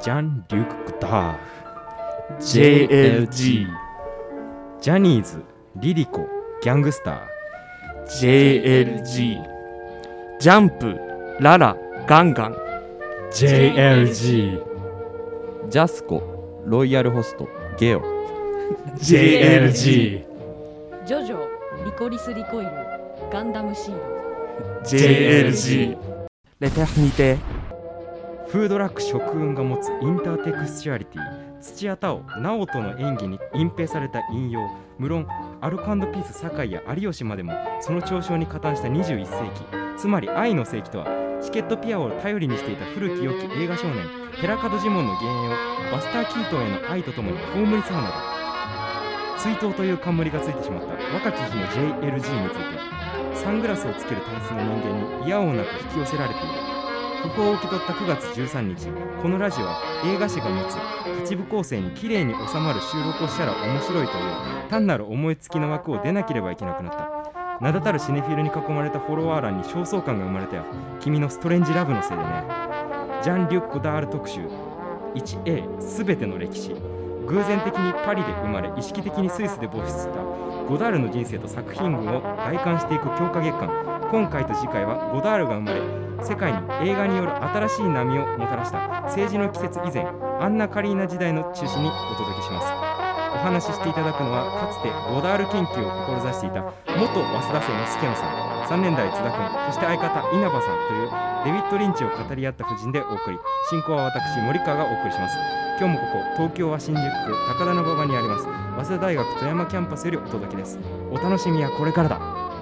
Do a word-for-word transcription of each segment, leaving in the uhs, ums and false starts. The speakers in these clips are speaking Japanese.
ジャン・リュク・ゴダールジェイエルジージャニーズ、リリコ、ギャングスタージェイエルジー ジャンプ、ララ、ガンガンジェイエルジージャスコ、ロイヤルホスト、ゲオジェイエルジジョジョ、リコリスリコイル、ガンダムシードー ジェイエルジー レティニテフードラック食運が持つインターテクスチュアリティ、土屋太鳳、直人の演技に隠蔽された引用、無論アルコ&ピース酒井や有吉までもその嘲笑に加担したにじゅういっせいき、つまり愛の世紀とはチケットピアを頼りにしていた古き良き映画少年寺門ジモンの幻影をバスター・キートンへの愛とともに葬り去るなど、追悼という冠がついてしまった若き日の ジェイエルジー について、サングラスをつける体質の人間に嫌をなく引き寄せられている。訃報を受け取ったくがつじゅうさんにち、このラジオは映画史が持つはちぶ構成にきれいに収まる収録をしたら面白いという単なる思いつきの枠を出なければいけなくなった。名だたるシネフィルに囲まれたフォロワー欄に焦燥感が生まれたよ。君のストレンジラブのせいでね。ジャン・リュック・ゴダール特集 ワンエー すべての歴史。偶然的にパリで生まれ意識的にスイスで没したゴダールの人生と作品群を外観していく強化月間。今回と次回はゴダールが生まれ世界に映画による新しい波をもたらした政治の季節以前アンナ・カリーナ時代の中心にお届けします。お話ししていただくのはかつてゴダール研究を志していた元早稲田生の助野さん、さんねん代津田君、そして相方稲葉さんというデビッド・リンチを語り合った夫人でお送り、進行は私森川がお送りします。今日もここ東京は新宿区高田馬場にあります早稲田大学富山キャンパスよりお届けです。お楽しみはこれからだ。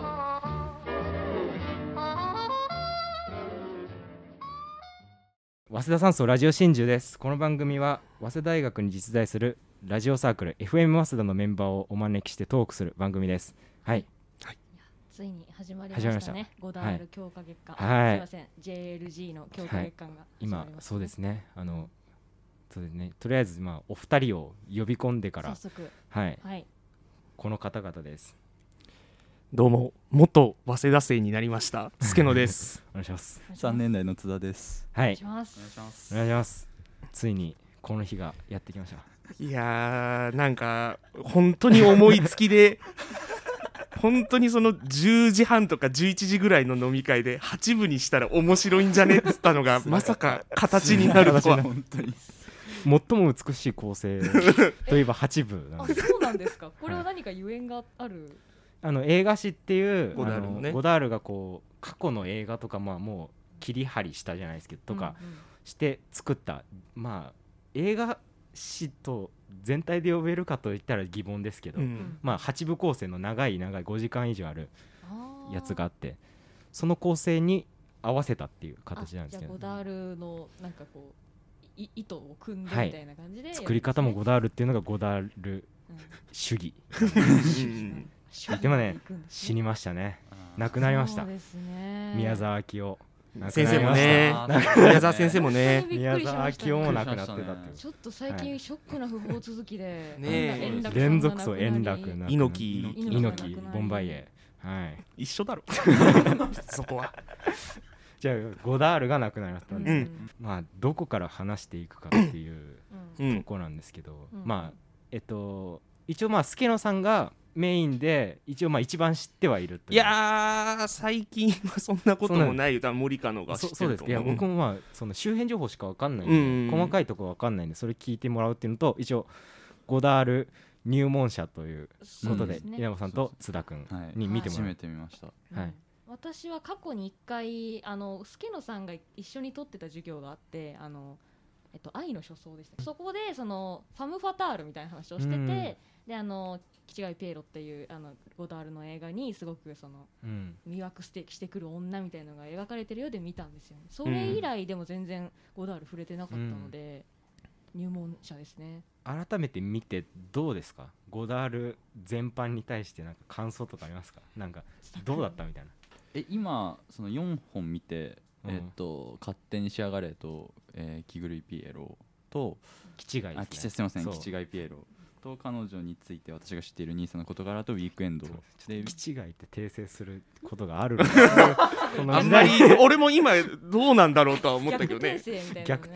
早稲田山荘ラジオ真珠です。この番組は早稲田大学に実在するラジオサークル エフエム 早稲田のメンバーをお招きしてトークする番組です。はい、はい、 ついに始まりましたね。ゴダール強化月間、 はい、 すいません ジェイエルジー の強化月間が始まります、ね、 今そうですね、あのそうですね、とりあえず、まあ、お二人を呼び込んでから早速、 はいはい、 この方々です。 どうも元早稲田生になりました助野ですお願いします。 さんねん代の津田です。 はい、お願いします。 お願いします。ついにこの日がやってきました。 いやーなんか本当に思いつきで本当にそのじゅうじはんとかじゅういちじぐらいの飲み会ではちぶにしたら面白いんじゃねっつったのがまさか形になるとは本当に最も美しい構成といえばはちぶなんです。 あ、そうなんですか。これは何かゆえんがあるあの映画史っていうゴダールのね、 ゴダールがこう過去の映画とか、まあ、もう切り張りしたじゃないですけどとかして作った、まあ映画史と全体で呼べるかといったら疑問ですけど、うん、まあはちぶ構成の長い長いごじかん以上あるやつがあって、その構成に合わせたっていう形なんですけど、 じゃあゴダールのなんかこうい糸を組んでみたいな感じで、 はい、作り方もゴダールっていうのがゴダール主義、うんでもね、死にましたね。亡くなりました。宮沢明夫先生もね、宮沢先生もね、 宮沢明夫も亡くなってたっていう。 ちょっと最近ショックな訃報続きで、 ね、連続そう円楽、 猪木、 猪木、ボンバイエ、はい、 一緒だろ。そこは。 じゃあゴダールが亡くなりましたんで、うん、まあどこから話していくかっていうところなんですけど、うん、まあえっと一応まあ助野さんがメインで一応まあ一番知ってはいるという。 いやー最近はそんなこともないよ。多分森川のが知ってると思う。 そうです。いや僕もまあその周辺情報しか分かんないんで、うんうん、細かいところ分かんないんでそれ聞いてもらうっていうのと、一応ゴダール入門者ということで、ね、稲葉さんと津田君に見てもらう、はい、 初めて見ました、 はい、私は過去にいっかいあの助野さんが一緒に取ってた授業があって、あの、えっと、愛の書相でした。そこでそのファム・ファタールみたいな話をしてて、うん、であのキチガイ・ピエロっていうあのゴダールの映画にすごくその、うん、魅惑してしてくる女みたいなのが描かれてるようで見たんですよね。それ以来でも全然ゴダール触れてなかったので、うん、入門者ですね。 改めて見てどうですか？ゴダール全般に対してなんか感想とかありますか？なんかどうだったみたいな。 え今そのよんほん見て、うん、えー、っと勝手に仕上がれと、えー、キグルイ・ピエロとキチガイですね。 あ、すいません、キチガイ・ピエロと彼女について私が知っている兄さんの事柄とウィークエンドでキチガイって訂正することがあるのあんまり俺も今どうなんだろうとは思ったけどね。 逆訂正みたいなね。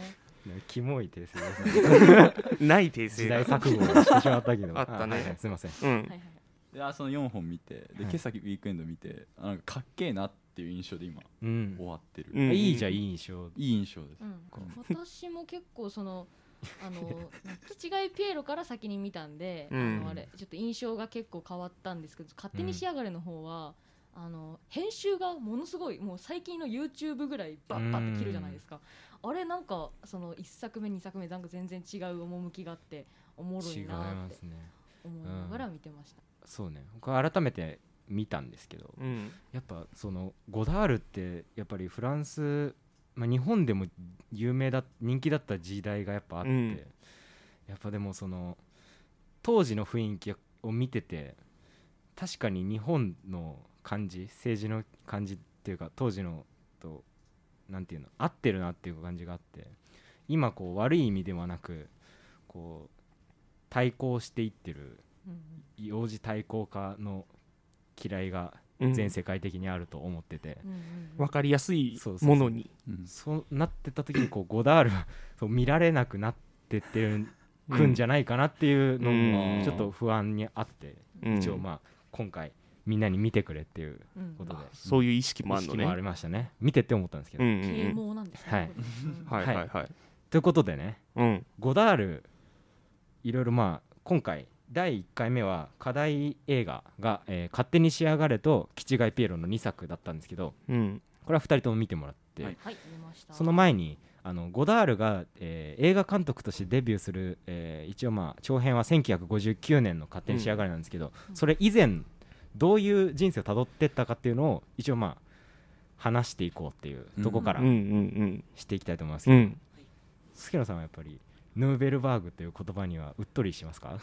キモい訂正ですねない訂時正だ代錯誤をしてしまったけどあったねはいはいすいませんうんはいはいであそのよんほん見てで、 はい今朝ウィークエンド見てあなんかかっけえなっていう印象で今うん終わってる、 うんいいじゃんいい印象いい印象です、 うん、私も結構そのあのキチガイピエロから先に見たんで、 うんあのあれちょっと印象が結構変わったんですけど勝手に仕上がれの方は、うん、あの編集がものすごいもう最近の YouTube ぐらいバッバッて切るじゃないですか、あれなんかそのいっさくめにさくめなんか全然違う趣があっておもろい違いなってますね思いながら見てました、 そうね僕は改めて見たんですけどうんやっぱそのゴダールってやっぱりフランス、まあ、日本でも有名だ人気だった時代がやっぱあって、うん、やっぱでもその当時の雰囲気を見てて確かに日本の感じ政治の感じっていうか当時のとなんていうの合ってるなっていう感じがあって今こう悪い意味ではなくこう対抗していってる、うん、幼児対抗化の嫌いが全世界的にあると思ってて、 うん、分かりやすいものにそうなってた時にこうゴダールはそう見られなくなってってるくんじゃないかなっていうのもちょっと不安にあって、うん、一応まあ今回みんなに見てくれっていうことで、うん、 そういう意識もあるのね。 意識もありましたね。見てって思ったんですけど、 うんうんうん、啓蒙なんですね、 はいはいはいはい。 ということでね、 うん、 ゴダールいろいろまあ今回だいいっかいめは課題映画が、えー、勝手に仕上がれとキチガイピエロのにさくだったんですけど、 うん、 これはふたりとも見てもらって、 はいはい、見ました。 その前にあのゴダールが、えー、映画監督としてデビューする、えー、一応まあ長編はせんきゅうひゃくごじゅうきゅうねんの勝手に仕上がれなんですけど、うん、それ以前どういう人生をたどってったかっていうのを一応まあ話していこうっていうとこからしていきたいと思いますけど、助野さんはやっぱりヌーベルバーグという言葉にはうっとりしますか？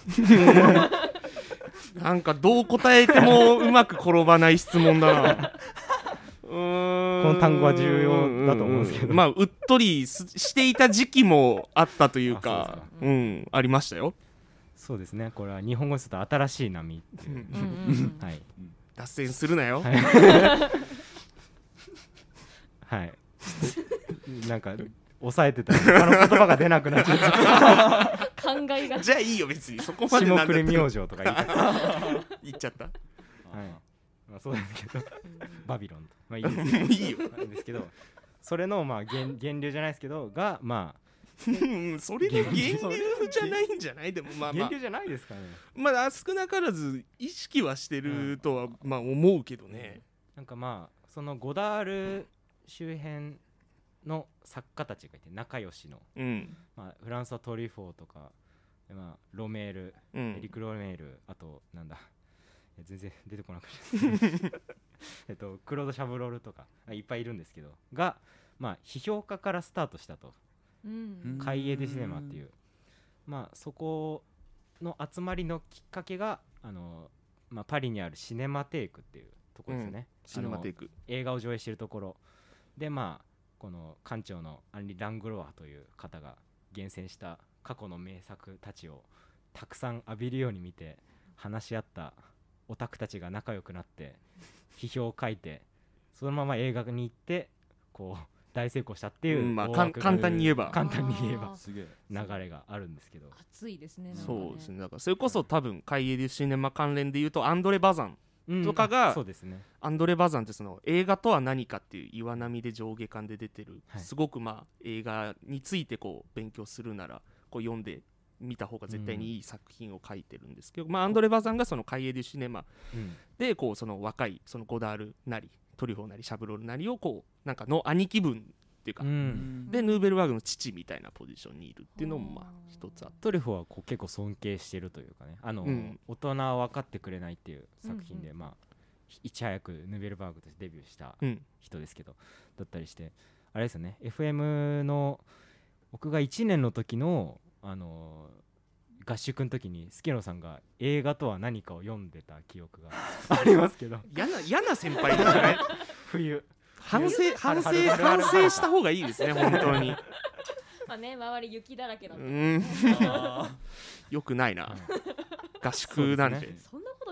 なんかどう答えてもうまく転ばない質問だな。うーんこの単語は重要だと思うんですけど、 うんうん、まあうっとりしていた時期もあったというか、あ、うん、ありましたよ。 そうですね、これは日本語にすると新しい波っていう、はい、 脱線するなよ。 はいはいなんか抑えてたら他の言葉が出なくなっちゃった考えがじゃあいいよ別にそこまでなんだったら下栗明星とか言っちゃった言っちゃった、 はい、まあ、そうですけどバビロンと、まあ、いいですもういいよなんですけどそれのまあ 源, 源流じゃないですけどがまあそれで源流じゃないんじゃないでもまあまあ源流じゃないですかね。 まあ少なからず意識はしてるとはまあ思うけどね。 なんかまあそのゴダール周辺の作家たちがいて仲良しの、 うん、 まあ、フランスはトリフォーとか、まあ、ロメール、うん、エリック・ロメール、あとなんだ全然出てこなくてえっとクロード・シャブロールとかいっぱいいるんですけどが、まあ、批評家からスタートしたと、 うん、 カイエ・デ・シネマっていう、まあ、そこの集まりのきっかけがあの、まあ、パリにあるシネマテイクっていうところですよね、うん、 シネマテイク映画を上映しているところで、まあこの館長のアンリ・ラングロワという方が厳選した過去の名作たちをたくさん浴びるように見て話し合ったオタクたちが仲良くなって批評を書いてそのまま映画に行ってこう大成功したっていう、 うんまあ、簡単に言えば簡単に言えば流れがあるんですけど熱いですね。なんかねそうですね。だからそれこそ多分カイエ・デュ・シネマ関連で言うとアンドレ・バザンとかが、 うん、そうですね、 アンドレ・バザンってその映画とは何かっていう岩波で上下巻で出てる、はい、すごくまあ映画についてこう勉強するならこう読んで見た方が絶対にいい作品を書いてるんですけど、うん、まあ、アンドレ・バザンがそのカイエ・デュ・シネマでこうその若いそのゴダールなりトリュフォーなりシャブロールなりをこうなんかの兄貴分っていうか、うん、でヌーベルバーグの父みたいなポジションにいるっていうのもまあ一つあって、 トリュフォーはこう結構尊敬してるというかね、あの、うん、大人は分かってくれないっていう作品で、うんうん、まあいち早くヌーベルバーグとしてデビューした人ですけど、うん、だったりしてあれですよね、 エフエム の僕がいちねんの時の、あのー、合宿の時に助野さんが映画とは何かを読んでた記憶がありますけど嫌な嫌な先輩じゃない冬反省反省反省した方がいいですね本当にまあね、周り雪だらけだった、 うんよくないな合宿なんてそ,、ね、そんなこと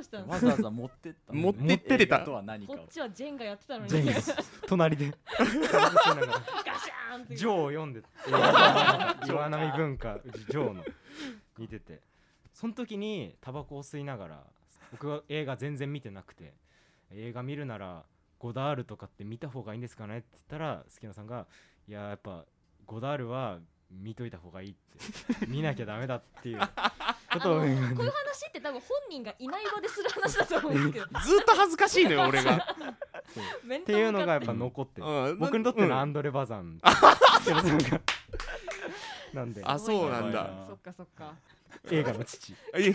うしたんでわすか。 ざわざ持ってったのに持ってってた映画とは何かをこっちはジェンがやってたのにジェンが隣でタバコ吸いながらガシャーンってジョーを読んで岩波文化ジョーの見てて、その時にタバコを吸いながら、僕は映画全然見てなくて、映画見るならゴダールとかって見た方がいいんですかねって言ったら、助野さんがいややっぱゴダールは見といた方がいいって見なきゃダメだっていうことをあのこういう話って多分本人がいない場でする話だと思うんですけどずっと恥ずかしいのよ俺が面っていうのがやっぱ残ってる、 うん僕にとってのアンドレ・バザン助野さんがなんであそうなんだやばいなそっかそっか。 映画の父え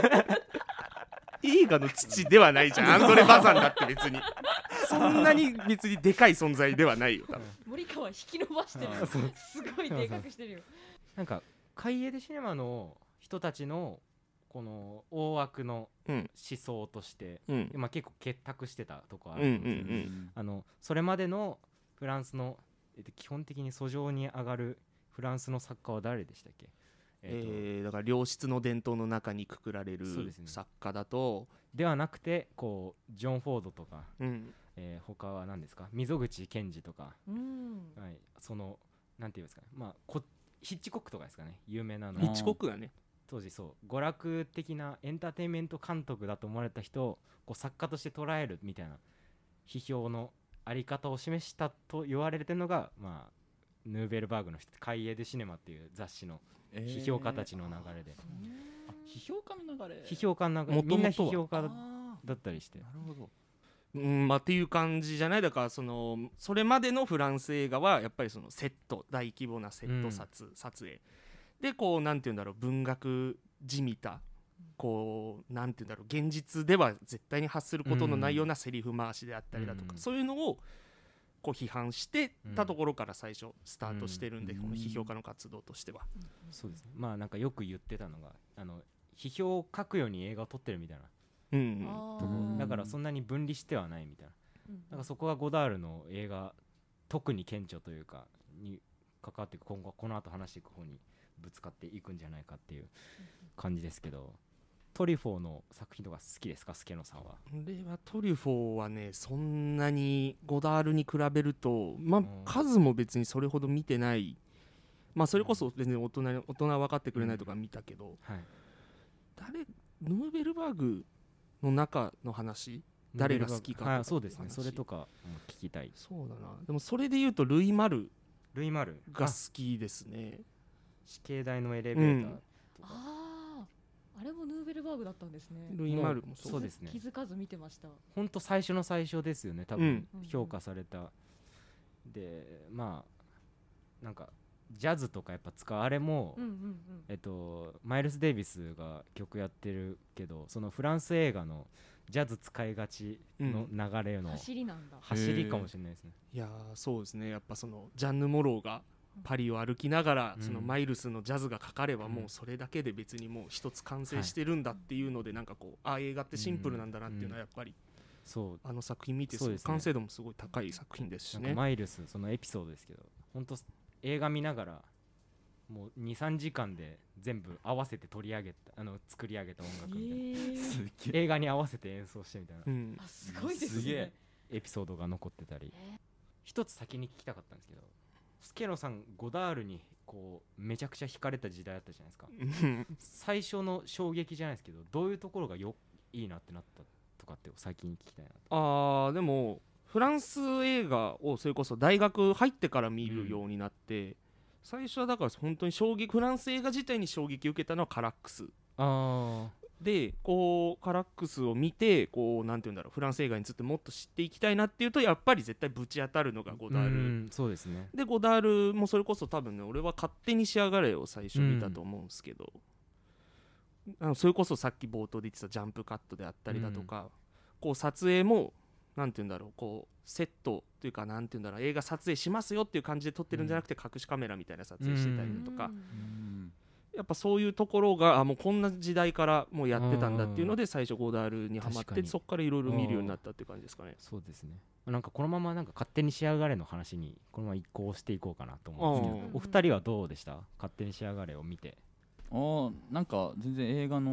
映画の父ではないじゃんアンドレ・バザンだって別にそんなに別にでかい存在ではないよ多分森川引き伸ばしてるよ。 そうすごいでかくしてるよ。 なんか海エデシネマの人たちのこの大枠のうん思想として、 うんまあ、結構結託してたとこあうんうるんですけど、 んあのそれまでのフランスの、えっと、基本的に訴状に上がるフランスの作家は誰でしたっけ、えっとえー、だから良質の伝統の中にくくられるそうですね作家だとではなくてこうジョン・フォードとか、 うんえー他は何ですか溝口健二とか、 うん。 はい、そのなんていうんですかね、まあ、こヒッチコックとかですかね有名なのヒッチコックがね当時そう娯楽的なエンターテインメント監督だと思われた人をこう作家として捉えるみたいな批評のあり方を示したと言われてるのが、まあ、ヌーベルバーグの人カイエ・デ・シネマっていう雑誌の批評家たちの流れで、 あ批評家の流れ批評家の流れもともとはみんな批評家だあだったりしてーなるほどうんまあっていう感じじゃないだからそのそれまでのフランス映画はやっぱりそのセット大規模なセット撮,、撮影でこうなんていうんだろう文学じみたこうなんていうんだろう現実では絶対に発することのないようなセリフ回しであったりだとか、 うんそういうのをこう批判してたところから最初スタートしてるんで、 うんこの批評家の活動としては、 そうですね、まあなんかよく言ってたのがあの批評を書くように映画を撮ってるみたいなうんあとこうんだからそんなに分離してはないみたいな、 うんなんかそこがゴダールの映画特に顕著というかに関わっていく今後この後話していく方にぶつかっていくんじゃないかっていう感じですけど、トリュフォーの作品とか好きですか助野さんは。 これはトリュフォーはねそんなにゴダールに比べるとまあん数も別にそれほど見てないまあそれこそ全然大人大人は分かってくれないとか見たけど、 はい、 誰ヌーベルバーグの中の話誰が好きかとかはい、そうですね話それとかも聞きたい。 そうだなでもそれで言うとルイ・マルルイ・マルがあ好きですね死刑台のエレベーターとか、 あああれもヌーベルバーグだったんですね。 ルイ・マルもそうそうですね気づかず見てました。 ほんと最初の最初ですよね多分うん評価された、でまあなんかジャズとかやっぱ使うあれも、 うんうんうん。 えっと、マイルス・デイビスが曲やってるけどそのフランス映画のジャズ使いがちの流れの走りなんだ。 走りかもしれないですね。 いやーそうですねやっぱそのジャンヌ・モローがパリを歩きながら、 うんそのマイルスのジャズがかかればうんもうそれだけで別にもう一つ完成してるんだっていうのでなんかこうあ映画ってシンプルなんだなっていうのはやっぱりそうあの作品見てそうですね完成度もすごい高い作品ですしねなんかマイルスそのエピソードですけど本当映画見ながらもうにさんじかんで全部合わせて取り上げたあの作り上げた音楽みたいな、 えすげえ映画に合わせて演奏してみたいなうんあすごいですね。 すげえエピソードが残ってたりえ一つ先に聞きたかったんですけどスケロさんゴダールにこうめちゃくちゃ惹かれた時代あったじゃないですか。 うん最初の衝撃じゃないですけどどういうところがよいいなってなったとかって先に聞きたいなと。 あーでもフランス映画をそれこそ大学入ってから見るようになって、最初はだから本当に衝撃フランス映画自体に衝撃を受けたのはカラックスあでこうカラックスを見てこうなんていうんだろうフランス映画についてもっと知っていきたいなっていうとやっぱり絶対ぶち当たるのがゴダール、 うんそうですね。 でゴダールもそれこそ多分ね俺は勝手に仕上がれを最初見たと思うんですけど、あのそれこそさっき冒頭で言ってたジャンプカットであったりだとか、こう撮影もなんていうんだろうこうセットというかなんていうんだろう映画撮影しますよっていう感じで撮ってるんじゃなくて隠しカメラみたいな撮影してたりだとか、 うんうんやっぱそういうところがあもうこんな時代からもうやってたんだっていうので最初ゴダールにはまっ確かにてそこからいろいろ見るようになったっていう感じですかね。 そうですね。なんかこのままなんか勝手に仕上がれの話にこのまま移行していこうかなと思うんですけど、 うんお二人はどうでした勝手に仕上がれを見て。 あーなんか全然映画の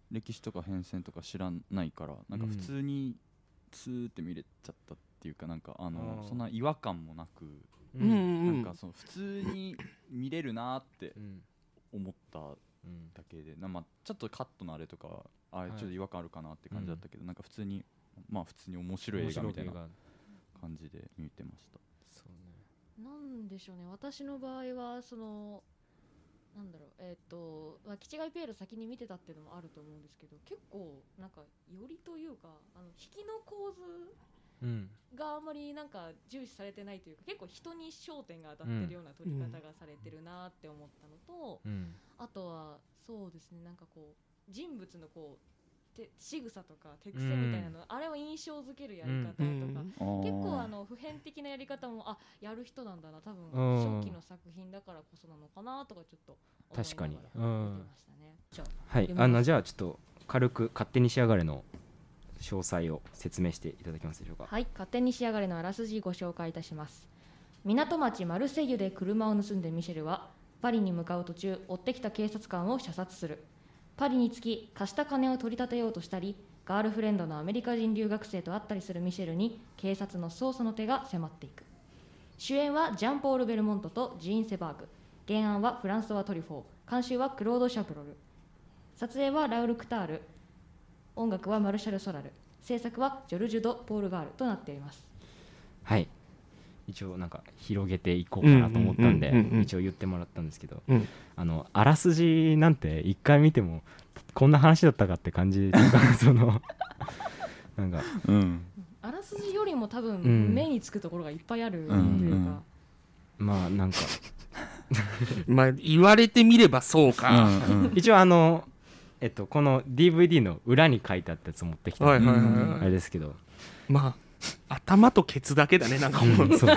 歴史とか変遷とか知らないからなんか普通にツーって見れちゃったっていうかなんかあのあーそんな違和感もなくうんうんなんかその普通に見れるなってうん思ったうんだけでな、まあ、ちょっとカットのあれとかあはいちょっと違和感あるかなって感じだったけど、なんか普通にまあ普通に面白い映画みたいな面白映画感じで見てました。 そうねなんでしょうね、私の場合はそのなんだろうえっ、と、まあ、キチガイピエール先に見てたっていうのもあると思うんですけど、結構なんかよりというかあの引きの構図うんがあんまりなんか重視されてないというか、結構人に焦点が当たってるような撮り方がされてるなって思ったのと、 うんあとはそうですね、なんかこう人物のこうて仕草とか手癖みたいなの、あれを印象づけるやり方とか、 うん結構あの普遍的なやり方もあやる人なんだな、多分うん初期の作品だからこそなのかなとかちょっと思い確かにながら見てましたね。じゃあはい読みますあのじゃあちょっと軽く勝手に仕上がれの詳細を説明していただけますでしょうか。 はい、勝手に仕上がれのあらすじご紹介いたします。港町マルセイユで車を盗んでミシェルはパリに向かう途中、追ってきた警察官を射殺する。パリに着き貸した金を取り立てようとしたり、ガールフレンドのアメリカ人留学生と会ったりするミシェルに警察の捜査の手が迫っていく。主演はジャンポール・ベルモントとジーン・セバーグ、原案はフランソワ・トリフォー、監修はクロード・シャブロル、撮影はラウル・クタール、音楽はマルシャル・ソラル、制作はジョルジュ・ド・ポールガールとなっております。 はい一応なんか広げていこうかなと思ったんでうんうんうんうん一応言ってもらったんですけど、 うんあのあらすじなんて一回見てもこんな話だったかって感じというかそのなんかうんあらすじよりも多うん分目につくところがいっぱいあるというか、 まあなんかまあ言われてみればそうか、 うんうん一応あのえっとこの ディーブイディー の裏に書いてあったやつ持ってきたはいはいはいうんはい、 あれですけど、 まあ頭とケツだけだねなんかもう、 うんそう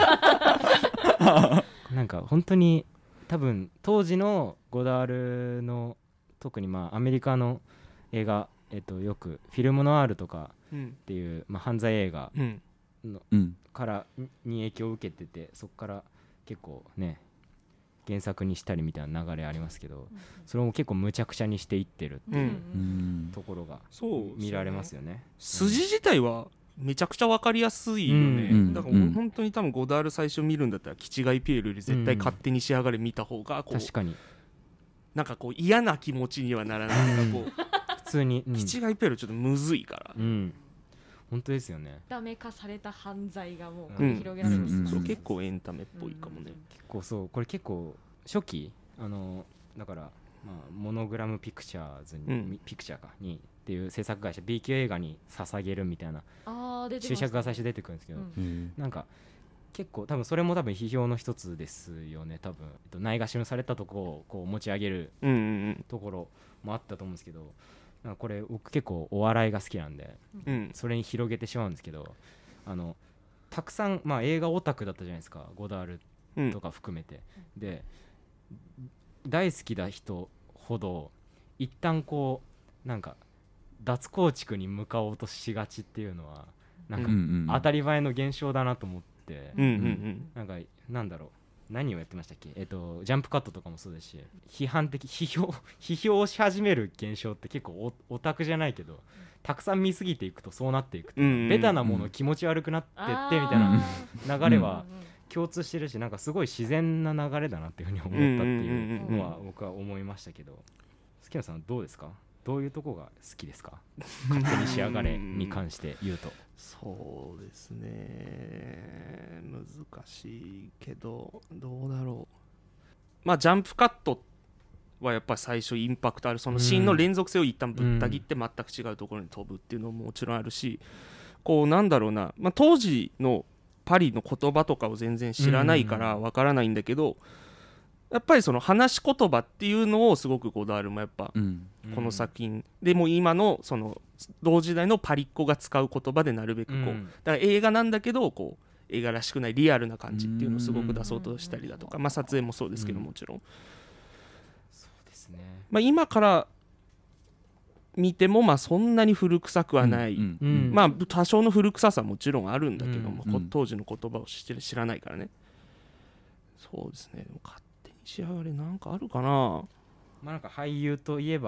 なんか本当に多分当時のゴダールの特にまあアメリカの映画、えっと、よくフィルムノワールとかうんっていう、まあ、犯罪映画うんうんからに影響を受けててそこから結構ね原作にしたりみたいな流れありますけどそれも結構むちゃくちゃにしていってるうんうんところがそう見られますよね。 筋自体はめちゃくちゃ分かりやすいよね、 うんだからうん本当に多分ゴダール最初見るんだったらキチガイピエールより絶対勝手に仕上がれ見た方がこう、 確かになんかこう嫌な気持ちにはならないなんかこう普通に、うんキチガイピエールちょっとむずいから、 うん本当ですよね。 ダメ化された犯罪がもううん繰り広げられてしまう、 うんそう結構エンタメっぽいかもね、 結構そうこれ結構初期あのだから、まあ、モノグラムピクチャーズに、 うんピクチャーかにっていう制作会社 B 級映画に捧げるみたいなあー出てま注した釈が最初出てくるんですけど、 うんうんなんか結構多分それも多分批評の一つですよね。多分、えっと、ないがしろされたとこをこう持ち上げるうんうんうんところもあったと思うんですけど、なんかこれ僕結構お笑いが好きなんでうんそれに広げてしまうんですけど、あのたくさん、まあ、映画オタクだったじゃないですかゴダールうんとか含めて、で大好きな人ほど一旦こうなんか脱構築に向かおうとしがちっていうのはなんかうんうん当たり前の現象だなと思って、 うんうんなんかなんだろう何をやってましたっけ、えっと、ジャンプカットとかもそうですし批判的批評批評をし始める現象って結構オタクじゃないけどたくさん見すぎていくとそうなっていくと、 うんうんベタなもの気持ち悪くなってってみたいな流れは共通してるし、なんかすごい自然な流れだなっていうふうに思ったっていうのは僕は思いましたけど、スキヤさんどうですか？どういうとこが好きですか？勝手に仕上がれに関して言うと。 そうですね難しいけどどうだろう。まあジャンプカットはやっぱり最初インパクトある、そのシーンの連続性を一旦ぶった切って全く違うところに飛ぶっていうのももちろんあるし、こうなんだろうな、まあ、当時のパリの言葉とかを全然知らないからわからないんだけど、やっぱりその話し言葉っていうのをすごくゴダールもやっぱうんこの作品でも今のその同時代のパリっ子が使う言葉でなるべくこう、 うんだから映画なんだけどこう映画らしくないリアルな感じっていうのをすごく出そうとしたりだとか、まあ、撮影もそうですけどうんもちろん、 そうですね。 まあ、今から見てもまあそんなに古臭くはない、 うんううんんまあ多少の古臭さもちろんあるんだけども、 うんこ当時の言葉を知ってる知らないからね。そうですね。でも勝手に仕上がれなんかあるかな。 まあなんか俳優といえば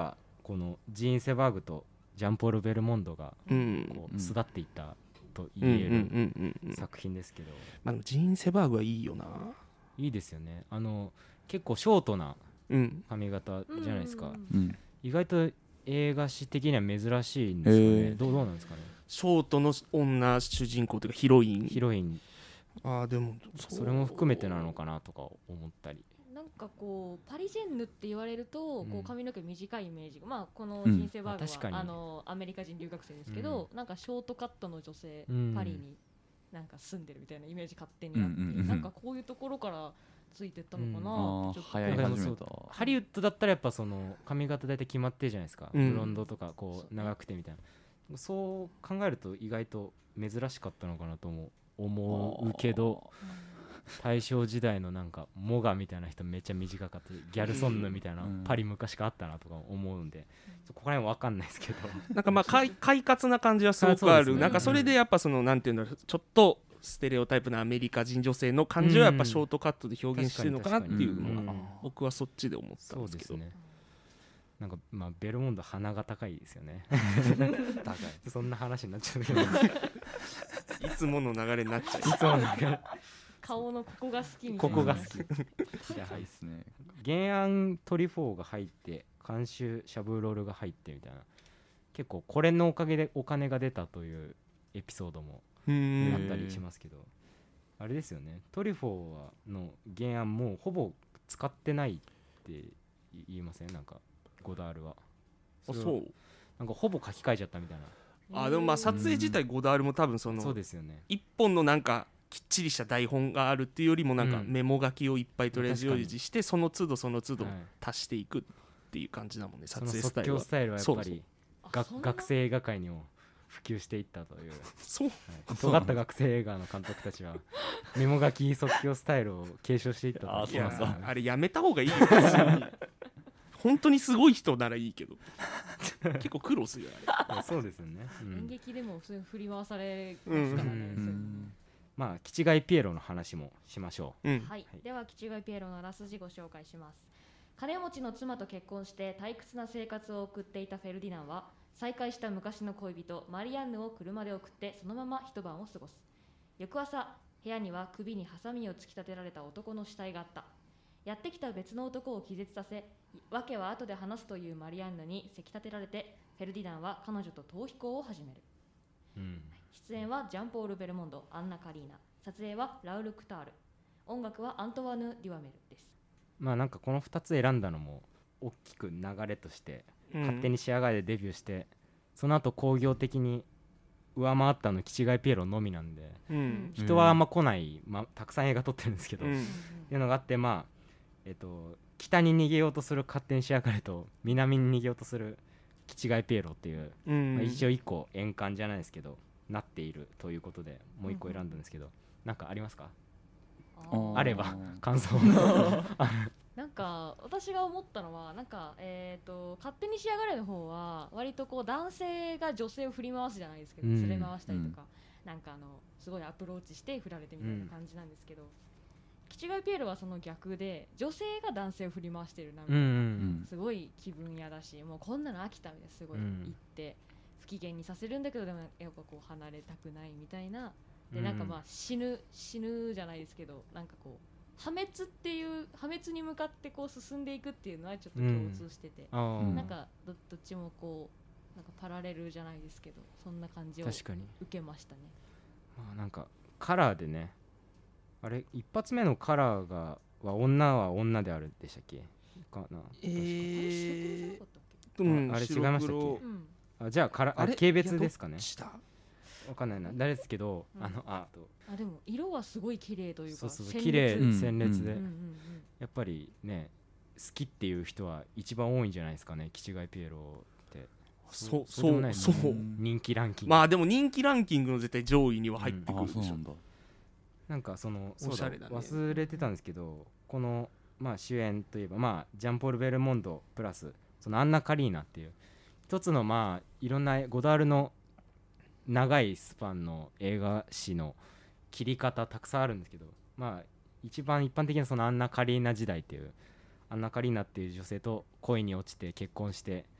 このジーン・セバーグとジャンポール・ベルモンドがうんこううん巣立っていったとうんうん言えるうんうん作品ですけど、 まあでもジーン・セバーグはいいよな。 いいですよね。あの結構ショートなうん髪型じゃないですか。 うんうん意外と映画史的には珍しいんですかね。 へーどうどうなんですかね。 ショートの女主人公というかヒロイン。 ヒロインああでもそれも含めてなのかなとか思ったり。 なんかこうパリジェンヌって言われると、 うんこう髪の毛短いイメージが、まあこのうんジンセバーグは、 あ確かにあのアメリカ人留学生ですけど、なんかショートカットの女性、 うんパリになんか住んでるみたいなイメージ勝手にあって、 うんうんうんなんかこういうところからついてったのかなあーってちょっと流行り始めなんたハリウッドだったらやっぱその髪型大体決まってるじゃないですか、 うんブロンドとかこう長くてみたいな。そう考えると意外と珍しかったのかなとも思うけど、大正時代のなんかモガみたいな人めっちゃ短かったギャルソンヌみたいな、 うんパリ昔からあったなとか思うんで、そこら辺は分かんないですけどなんかまあ快快活な感じはすごくある。 あそうですねなんかそれでやっぱそのなんていうんだろう、ちょっとステレオタイプなアメリカ人女性の感じはやっぱショートカットで表現してるのかなっていうのはうん僕はそっちで思ったそんですけど。 うですね。なんかまあベルモンド鼻が高いですよね高いそんな話になっちゃうけどいいつもの流れになっちゃう。 つもなんか顔のここが好きみたいなここが好き高いですね原案トリフォーが入って監修シャブロールが入ってみたいな、結構これのおかげでお金が出たというエピソードもうーんあったりしますけど、あれですよね、トリフォーはの原案もうほぼ使ってないって言いません？なんかゴダールはれをあそうなんかほぼ書き換えちゃったみたいな。 あでもまあ撮影自体ゴダールも多分そそうのですよね。 一本のなんかきっちりした台本があるっていうよりもなんかうんメモ書きをいっぱいとりあえず用意してその都度その都度はい足していくっていう感じだもんね、撮その影スタイルは即興スタイルはやっそうそうぱりがそんな学生映画界にも普及していったという、 そうはい、尖った学生映画の監督たちはメモ書き即興スタイルを継承していったとあいや聞きますね。 あれやめた方がいいよ普通に本当にすごい人ならいいけど結構苦労するよあれいやそうですよね、うん演劇でも普通に振り回されますからね、 うんそういうのまあキチガイピエロの話もしましょうんはい、ではキチガイピエロのあらすじご紹介します。金持ちの妻と結婚して退屈な生活を送っていたフェルディナンは再会した昔の恋人マリアンヌを車で送ってそのまま一晩を過ごす。翌朝部屋には首にハサミを突き立てられた男の死体があった。やってきた別の男を気絶させ訳は後で話すというマリアンヌにせき立てられてフェルディナンは彼女と逃避行を始める。 う、うん出演はジャンポール・ベルモンド、アンナ・カリーナ、撮影はラウル・クタール、音楽はアントワーヌ・デュアメルです。 まあなんかこのふたつ選んだのも大きく流れとして勝手に仕上がりでデビューして、その後興行的に上回ったのキチガイピエロのみなんで、 うん人はあんま来ない、まあ、たくさん映画撮ってるんですけど、っうんていうのがあって、まあえっと北に逃げようとする勝手に仕上がれと南に逃げようとするキチガイピエロっていう、 うんまあ、一応一個円環じゃないですけどなっているということでもう一個選んだんですけど、なんかありますか？ あーあれば感想なんか私が思ったのはなんか、えー、と勝手に仕上がれの方は割とこう男性が女性を振り回すじゃないですけど、 うん連れ回したりとか、なんかあのすごいアプローチして振られてみたいな感じなんですけど、キチガイピエロはその逆で女性が男性を振り回してるなみたいな、 うんうんすごい気分屋だしもうこんなの飽きたみたいなすごいうん言って不機嫌にさせるんだけどでもやっぱこう離れたくないみたいなでうんなんかまあ死ぬ死ぬじゃないですけどなんかこう破滅っていう破滅に向かってこう進んでいくっていうのはちょっと共通してて、 あー、 うんなんか ど, どっちもこうなんかパラレルじゃないですけどそんな感じを受確かに、 けましたね。 まあ、なんかカラーでね、あれ一発目のカラーがは女は女であるでしたっけかな、 えあれ白黒じゃなーかったっけ？ うんああれ違いましたっけ白黒うんあじゃあカラーあれあ軽蔑ですかねいやどっちだわかんないな誰ですけど、 うんあのあとあでも色はすごい綺麗というかそうそうそう鮮烈綺麗うん鮮烈で、 うんうんうんやっぱりね好きっていう人は一番多いんじゃないですかねキチガイピエロってそうそうでもないそうそう人気ランキング、 まあでも人気ランキングの絶対上位には入ってくあるでしょそうなんだなんかそのそうだおしゃれだね忘れてたんですけどこの、まあ、主演といえば、まあ、ジャンポール・ベルモンドプラスそのアンナ・カリーナっていう一つのまあいろんなゴダールの長いスパンの映画史の切り方たくさんあるんですけど、まあ一番一般的なそのアンナ・カリーナ時代っていうアンナ・カリーナっていう女性と恋に落ちて結婚して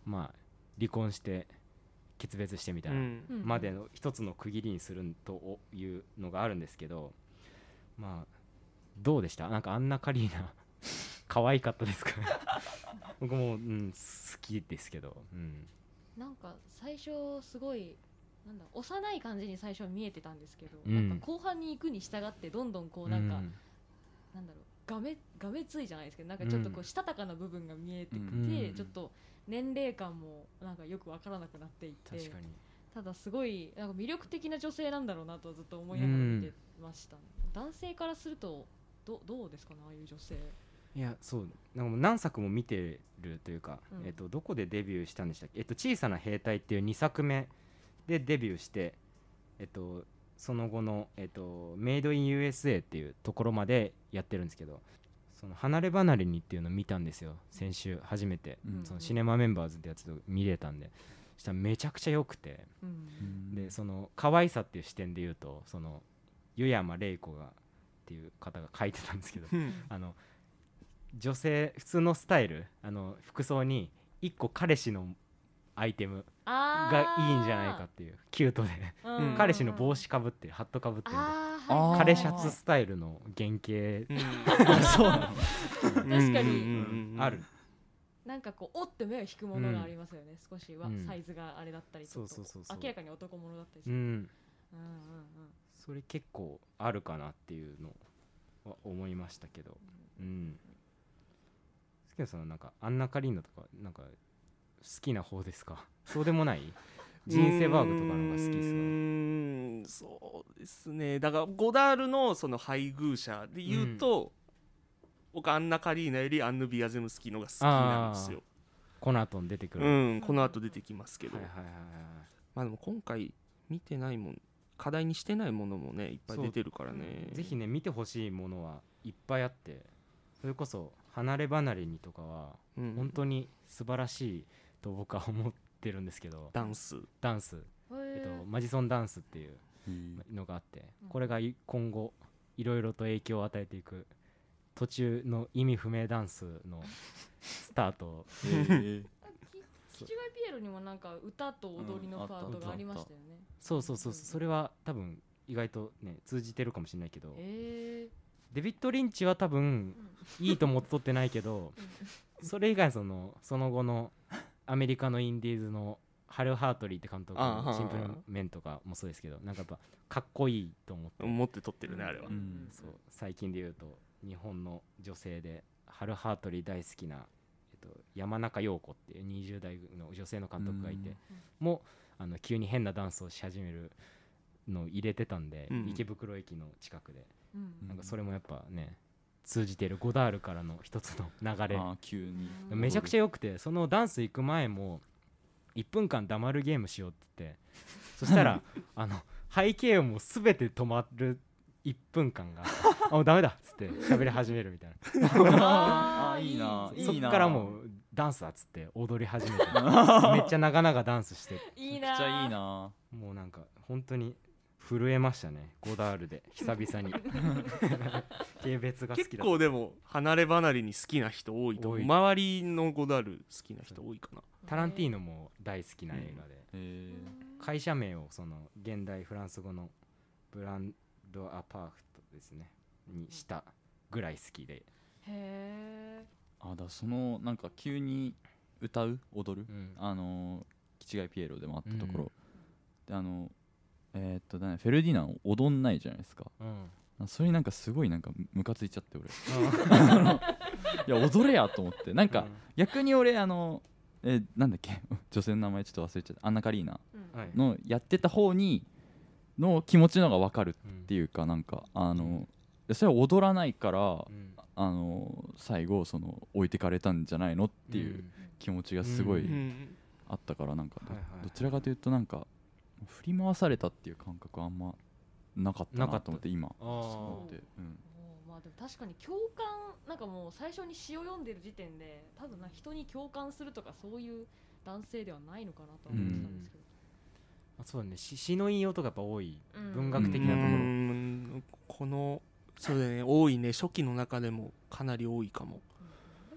まあ離婚して決別してみたいなうんうんまでの一つの区切りにするというのがあるんですけど、まあどうでした？なんかアンナ・カリーナ可愛かったですか？僕も、うん、好きですけど、うん、 なんか最初すごいなんだ幼い感じに最初は見えてたんですけど、 うんなんか後半に行くに従ってどんどんこうなんか、なんだろうがめがめついじゃないですけど、なんかちょっとこううしたたかな部分が見えてきて、 うんちょっと年齢感もなんかよくわからなくなっていって、 確かにただすごいなんか魅力的な女性なんだろうなとずっと思いながら見てました、ね、男性からするとどどうですかね、ああいう女性。 いやそうなんかもう何作も見てるというか、 うんえっとどこでデビューしたんでしたっけ、えっと小さな兵隊っていうにさくめでデビューして、えっとその後の、えっと、メイドイン ユーエスエー っていうところまでやってるんですけど、その離れ離れにっていうのを見たんですよ先週初めて、 うんそのシネマメンバーズってやつと見れたんで、そしたらめちゃくちゃ良くて、 うんでその可愛さっていう視点で言うと、その湯山玲子がっていう方が書いてたんですけどうんあの女性普通のスタイル、あの服装にいっこ彼氏のアイテムあがいいんじゃないかっていう、キュートでーうん彼氏の帽子かぶってハットかぶってみたいなあー、 あーはい、 彼シャツスタイルの原型うんそうなの確かにうんうんうんうんある。 なんかこうおって目を引くものがありますよね、少しは、 うんサイズがあれだったりちょっとそうそうそうそう明らかに男物だったりする、 うん、 うんうんそれ結構あるかなっていうのは思いましたけど、うん。すけどさんなんかアンナ・カリーナとかなんか好きな方ですか？そうでもない？ジンセバーグとかの方が好きですか？ うーんそうですね、だからゴダールのその配偶者で言うと、僕アンナ・カリーナよりアンヌ・ビアゼムスキーのが好きなんですよ。 コナトン出てくる。 うん、この後出てきますけど、 はいはいはいはい。 まあでも今回見てないもん、課題にしてないものもねいっぱい出てるからね。 ぜひね見てほしいものはいっぱいあって、それこそ離れ離れにとかはうん本当に素晴らしいと僕は思ってるんですけど、 ダンス、 ダンス、 うんへーえっと、マジソンダンスっていうのがあって、これがい今後いろいろと影響を与えていく途中の意味不明ダンスのスタートえーキチガイピエロにもなんか歌と踊りのパートがありましたよね、 そうそうそうそう、それは多分意外とね通じてるかもしれないけど、 へデビッド・リンチは多分いいと思って撮ってないけど、それ以外そのその後のアメリカのインディーズのハル・ハートリーって監督ああのシンプルメンとかもそうですけど、なんかやっぱかっこいいと思って、 持って撮ってるねあれは。 うんそう最近で言うと日本の女性でハル・ハートリー大好きな、えっと、山中陽子っていうにじゅう代の女性の監督がいて、 うんもあの急に変なダンスをし始めるのを入れてたんで、 うん池袋駅の近くで、 うんなんかそれもやっぱね通じてるゴダールからの一つの流れ、 あー急にめちゃくちゃ良くて、そのダンス行く前もいっぷんかん黙るゲームしようって言って、そしたらあの背景音も全て止まるいっぷんかんがあもうダメだっつって喋り始めるみたいあーいいないいな、そっなからもうダンスだっつって踊り始めてめっちゃ長々ダンスしていいなめっちゃいいなもうなんか本当に震えましたね、ゴダールで久々に軽蔑が好き結だ構でも離れ離れに好きな人多いと思う。 多い周りのゴダール好きな人多いかな。 タランティーノも大好きな映画で、 え会社名をその現代フランス語のブランドアパートですねにしたぐらい好きで、 へえー、あだそのなんか急に歌う踊る、 うんあのーキチガイピエロでもあったところ、であのえーっとだねフェルディナン踊んないじゃないですか。 うん、 それになんかすごいなんかムカついちゃって俺いや踊れやと思ってなんか逆に俺あのえーなんだっけ女性の名前ちょっと忘れちゃった、アンナ・カリーナうんはいのやってた方にの気持ちの方が分かるっうんていうか、なんかあのそれは踊らないからうんあの最後その置いてかれたんじゃないのっていう気持ちがすごいうんあったから、なんかど,、 はいはいはいどちらかというとなんか振り回されたっていう感覚はあんまなかったなかったなと思って今あ思って、うん、 もうまあでも確かに共感なんかもう最初に詩を読んでる時点で多分な人に共感するとかそういう男性ではないのかなとは思ってたんですけど、 あそうだね、詩詩の引用とかやっぱ多い、 うん文学的なところ、 うんこのそうだね多いね、初期の中でもかなり多いかも。 で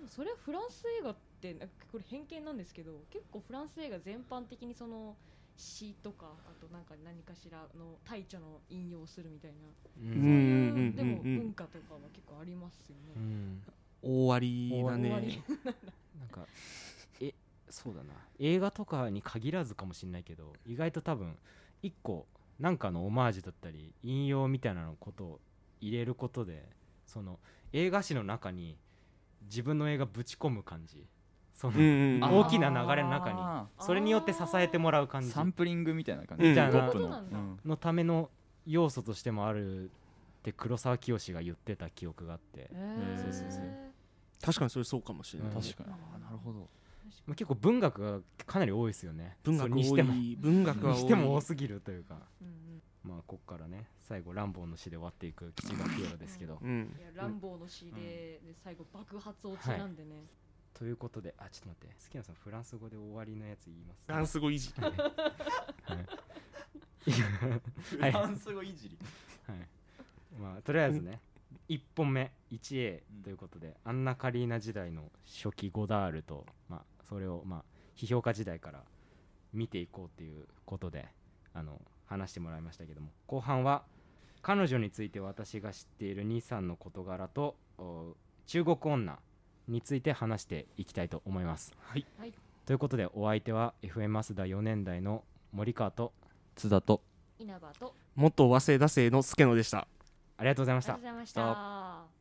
もそれはフランス映画ってなんかこれ偏見なんですけど、結構フランス映画全般的にその詩とかあとなんか何かしらの大著の引用するみたいな、 うんそういう、 うんうんうんうんでも文化とかは結構ありますよね。 うん大ありだ終わねりなんかえそうだな、映画とかに限らずかもしれないけど、意外と多分一個なんかのオマージュだったり引用みたいなのことを入れることで、その映画史の中に自分の映画ぶち込む感じ、その、 うんうんあ大きな流れの中にあそれによって支えてもらう感じーサンプリングみたいな感うんじ、ポップのそうなんだうんのための要素としてもあるって黒沢清が言ってた記憶があって、 えーそうそうそう確かにそれそうかもしれない、 うん確かにあーなるほど。 まあ結構文学がかなり多いですよね。 文学それにしても多い文学は多いにしても多すぎるというか、 うんうんまあこっからね最後ランボーの死で終わっていく吉田ピエロですけど、 うんいやランボーの詩で,、で最後爆発落ちなんでね、 ということで、あちょっと待って、好きなさんフランス語で終わりのやつ言いますフランス語維持はいフランス語いじり。 はい、まあとりあえずね、いっぽんめ いちエー ということで、アンナ・カリーナ時代の初期ゴダールと、まあ、それをまあ批評家時代から見ていこうっていうことであの話してもらいましたけども、後半は彼女について私が知っているにさんの事柄とお中国女について話していきたいと思います。 はい、 はい、 ということでお相手は エフエム 増田よねん代の森川と津田と稲葉と元早稲田生の助野でした。 ありがとうございましたありがとうございました。